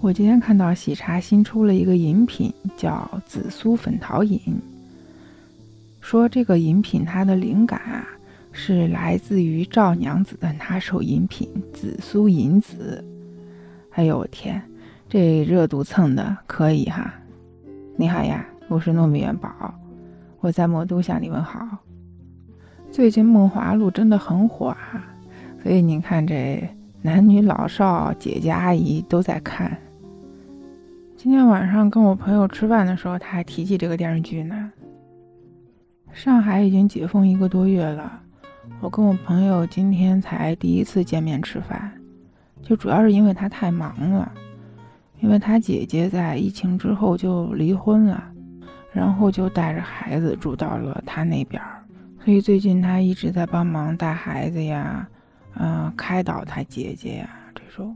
我今天看到喜茶新出了一个饮品，叫紫苏粉桃饮。说这个饮品它的灵感是来自于赵娘子的拿手饮品紫苏银子。哎呦我天，这热度蹭的可以哈！你好呀，我是糯米元宝，我在魔都向你问好。最近梦华录真的很火所以你看这男女老少姐姐阿姨都在看。今天晚上跟我朋友吃饭的时候，他还提起这个电视剧呢。上海已经解封1个多月了，我跟我朋友今天才第一次见面吃饭，就主要是因为他太忙了，因为他姐姐在疫情之后就离婚了，然后就带着孩子住到了他那边，所以最近他一直在帮忙带孩子呀，开导他姐姐呀这种。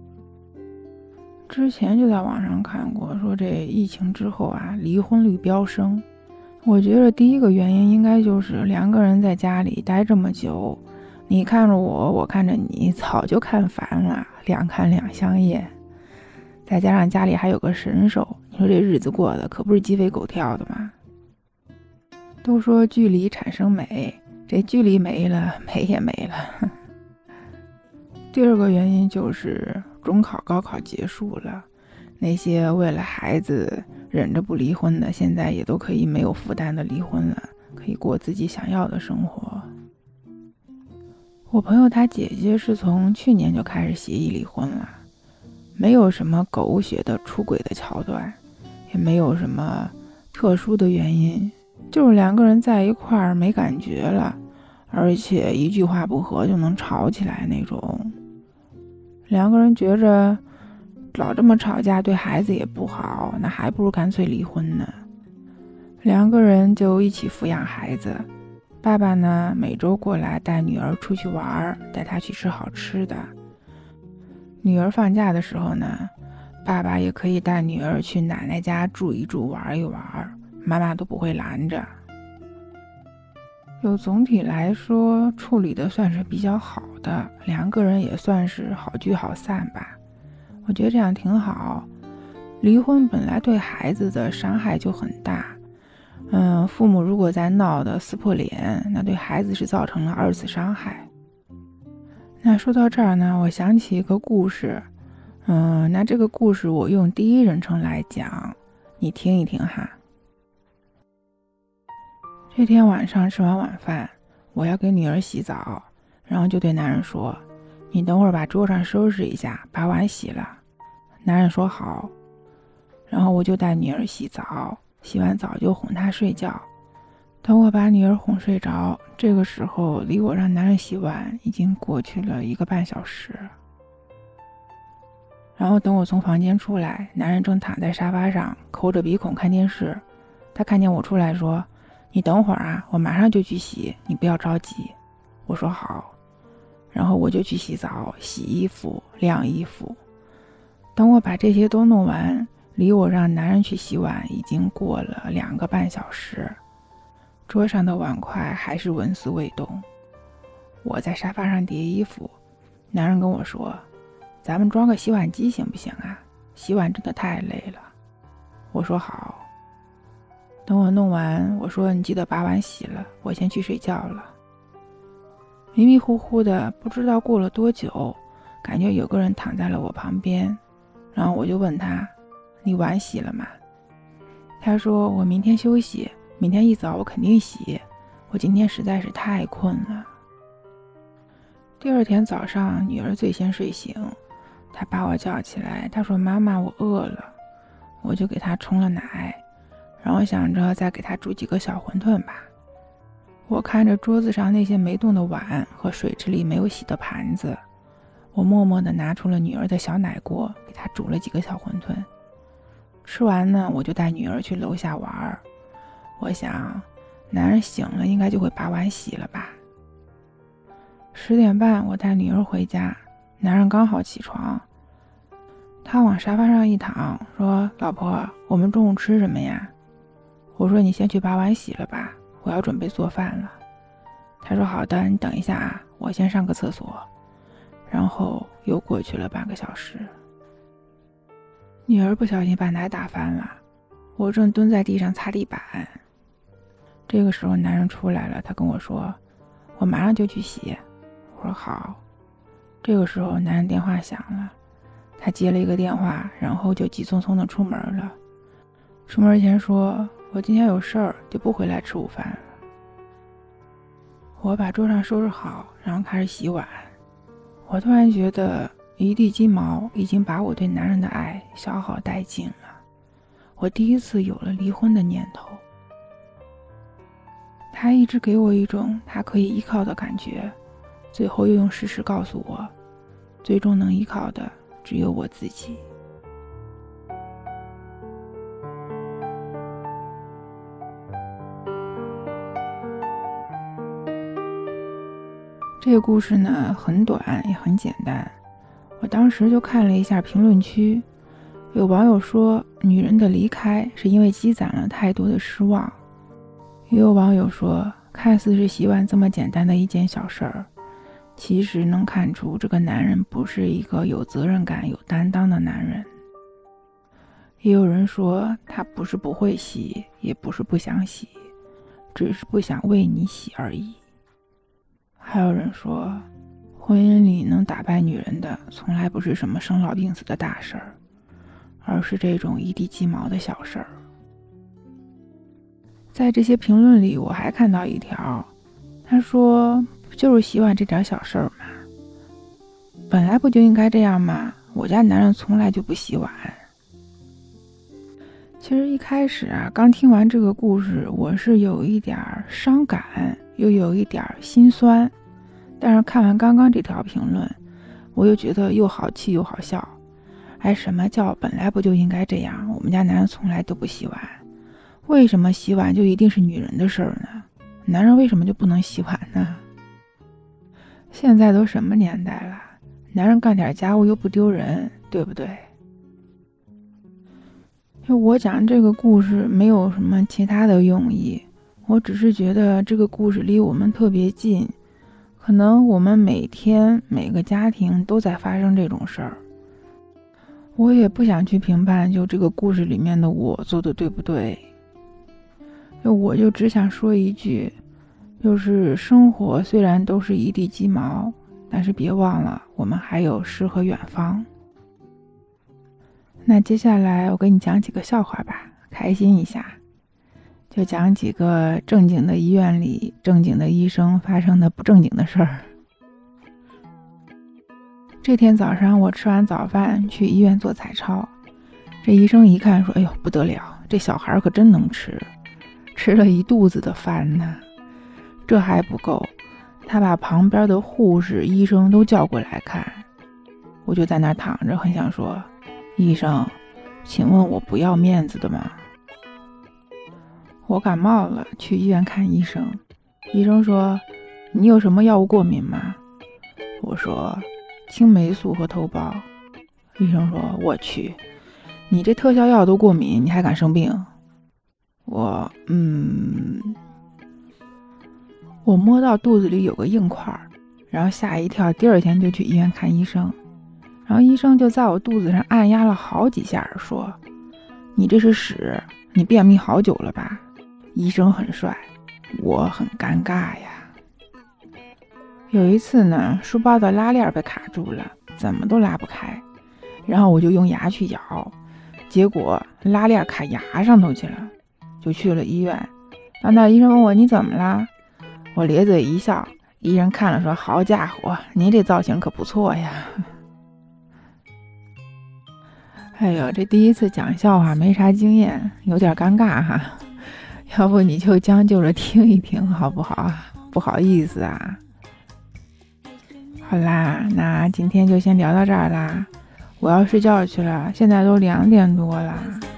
之前就在网上看过，说这疫情之后离婚率飙升。我觉得第一个原因应该就是2个人在家里待这么久，你看着我，我看着你，早就看烦了，两看两相厌。再加上家里还有个神手，你说这日子过得可不是鸡飞狗跳的吗？都说距离产生美，这距离没了，美也没了。第二个原因就是中考高考结束了，那些为了孩子忍着不离婚的，现在也都可以没有负担的离婚了，可以过自己想要的生活。我朋友他姐姐是从去年就开始协议离婚了，没有什么狗血的出轨的桥段，也没有什么特殊的原因，就是2个人在一块儿没感觉了，而且一句话不合就能吵起来那种。2个人觉着老这么吵架对孩子也不好，那还不如干脆离婚呢。2个人就一起抚养孩子，爸爸呢每周过来带女儿出去玩，带她去吃好吃的。女儿放假的时候呢，爸爸也可以带女儿去奶奶家住一住，玩一玩，妈妈都不会拦着。就总体来说处理的算是比较好的，2个人也算是好聚好散吧。我觉得这样挺好。离婚本来对孩子的伤害就很大，父母如果再闹得撕破脸，那对孩子是造成了2次伤害。那说到这儿呢，我想起一个故事，那这个故事我用第一人称来讲，你听一听哈。这天晚上吃完晚饭，我要给女儿洗澡，然后就对男人说，你等会儿把桌上收拾一下，把碗洗了。男人说好，然后我就带女儿洗澡，洗完澡就哄她睡觉。等我把女儿哄睡着，这个时候离我让男人洗碗已经过去了1个半小时。然后等我从房间出来，男人正躺在沙发上抠着鼻孔看电视。他看见我出来说，你等会儿我马上就去洗，你不要着急。我说好，然后我就去洗澡、洗衣服、晾衣服。等我把这些都弄完，离我让男人去洗碗已经过了2个半小时，桌上的碗筷还是纹丝未动。我在沙发上叠衣服，男人跟我说，咱们装个洗碗机行不行洗碗真的太累了。我说好。等我弄完，我说你记得把碗洗了，我先去睡觉了。迷迷糊糊的，不知道过了多久，感觉有个人躺在了我旁边，然后我就问他，你碗洗了吗？他说我明天休息，明天一早我肯定洗，我今天实在是太困了。第2天早上，女儿最先睡醒，她把我叫起来，她说妈妈我饿了，我就给她冲了奶，然后想着再给她煮几个小馄饨吧。我看着桌子上那些没动的碗和水池里没有洗的盘子，我默默地拿出了女儿的小奶锅，给她煮了几个小馄饨。吃完呢，我就带女儿去楼下玩。我想男人醒了应该就会把碗洗了吧。10点半我带女儿回家，男人刚好起床，他往沙发上一躺，说老婆，我们中午吃什么呀？我说你先去把碗洗了吧，我要准备做饭了。他说好的，你等一下我先上个厕所。然后又过去了半个小时。 女儿不小心把奶打翻了，我正蹲在地上擦地板。这个时候男人出来了，他跟我说我马上就去洗。我说好。这个时候男人电话响了，他接了一个电话，然后就急匆匆地出门了。出门前说我今天有事儿，就不回来吃午饭了。我把桌上收拾好，然后开始洗碗。我突然觉得一地鸡毛已经把我对男人的爱消耗殆尽了。我第一次有了离婚的念头。他一直给我一种他可以依靠的感觉，最后又用事实告诉我，最终能依靠的只有我自己。这个故事呢很短也很简单，我当时就看了一下评论区，有网友说女人的离开是因为积攒了太多的失望，也有网友说看似是洗碗这么简单的一件小事儿，其实能看出这个男人不是一个有责任感有担当的男人。也有人说他不是不会洗，也不是不想洗，只是不想为你洗而已。还有人说婚姻里能打败女人的从来不是什么生老病死的大事儿，而是这种一地鸡毛的小事儿。在这些评论里我还看到一条，他说就是洗碗这点小事儿嘛，本来不就应该这样吗？我家男人从来就不洗碗。其实一开始刚听完这个故事，我是有一点伤感，又有一点心酸。但是看完刚刚这条评论，我又觉得又好气又好笑。什么叫本来不就应该这样？我们家男人从来都不洗碗，为什么洗碗就一定是女人的事儿呢？男人为什么就不能洗碗呢？现在都什么年代了，男人干点家务又不丢人，对不对？就我讲这个故事没有什么其他的用意，我只是觉得这个故事离我们特别近，可能我们每天每个家庭都在发生这种事儿。我也不想去评判就这个故事里面的我做的对不对，我就只想说一句，就是生活虽然都是一地鸡毛，但是别忘了我们还有诗和远方。那接下来我给你讲几个笑话吧，开心一下。就讲几个正经的医院里正经的医生发生的不正经的事儿。这天早上我吃完早饭去医院做彩超，这医生一看说，哎呦不得了，这小孩可真能吃，吃了一肚子的饭呢。这还不够，他把旁边的护士医生都叫过来看。我就在那儿躺着，很想说，医生，请问我不要面子的吗？我感冒了，去医院看医生。医生说，你有什么药物过敏吗？我说，青霉素和头孢。医生说，我去，你这特效药都过敏，你还敢生病？我摸到肚子里有个硬块，然后吓一跳，第二天就去医院看医生。然后医生就在我肚子上按压了好几下，说，你这是屎，你便秘好久了吧？医生很帅，我很尴尬呀。有一次呢，书包的拉链被卡住了，怎么都拉不开，然后我就用牙去咬，结果拉链卡牙上头去了，就去了医院。当那医生问我，你怎么了？我咧嘴一笑，医生看了说，好家伙，您这造型可不错呀。哎呦，这第一次讲笑话没啥经验，有点尴尬哈，要不你就将就着听一听好不好？不好意思啊。好啦，那今天就先聊到这儿啦，我要睡觉去了，现在都2点多了。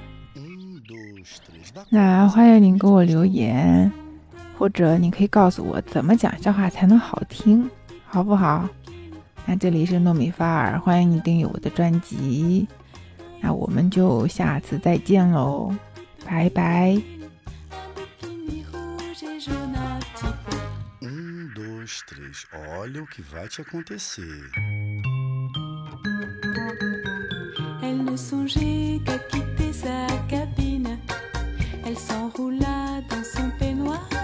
那欢迎您给我留言，或者你可以告诉我怎么讲笑话才能好听，好不好？那这里是糯米发儿，欢迎你订阅我的专辑。那我们就下次再见喽，拜拜。 Olha o que vai te acontecer. ne songeait qu'à quitter sa cabine. Elle s'enroula dans son peignoir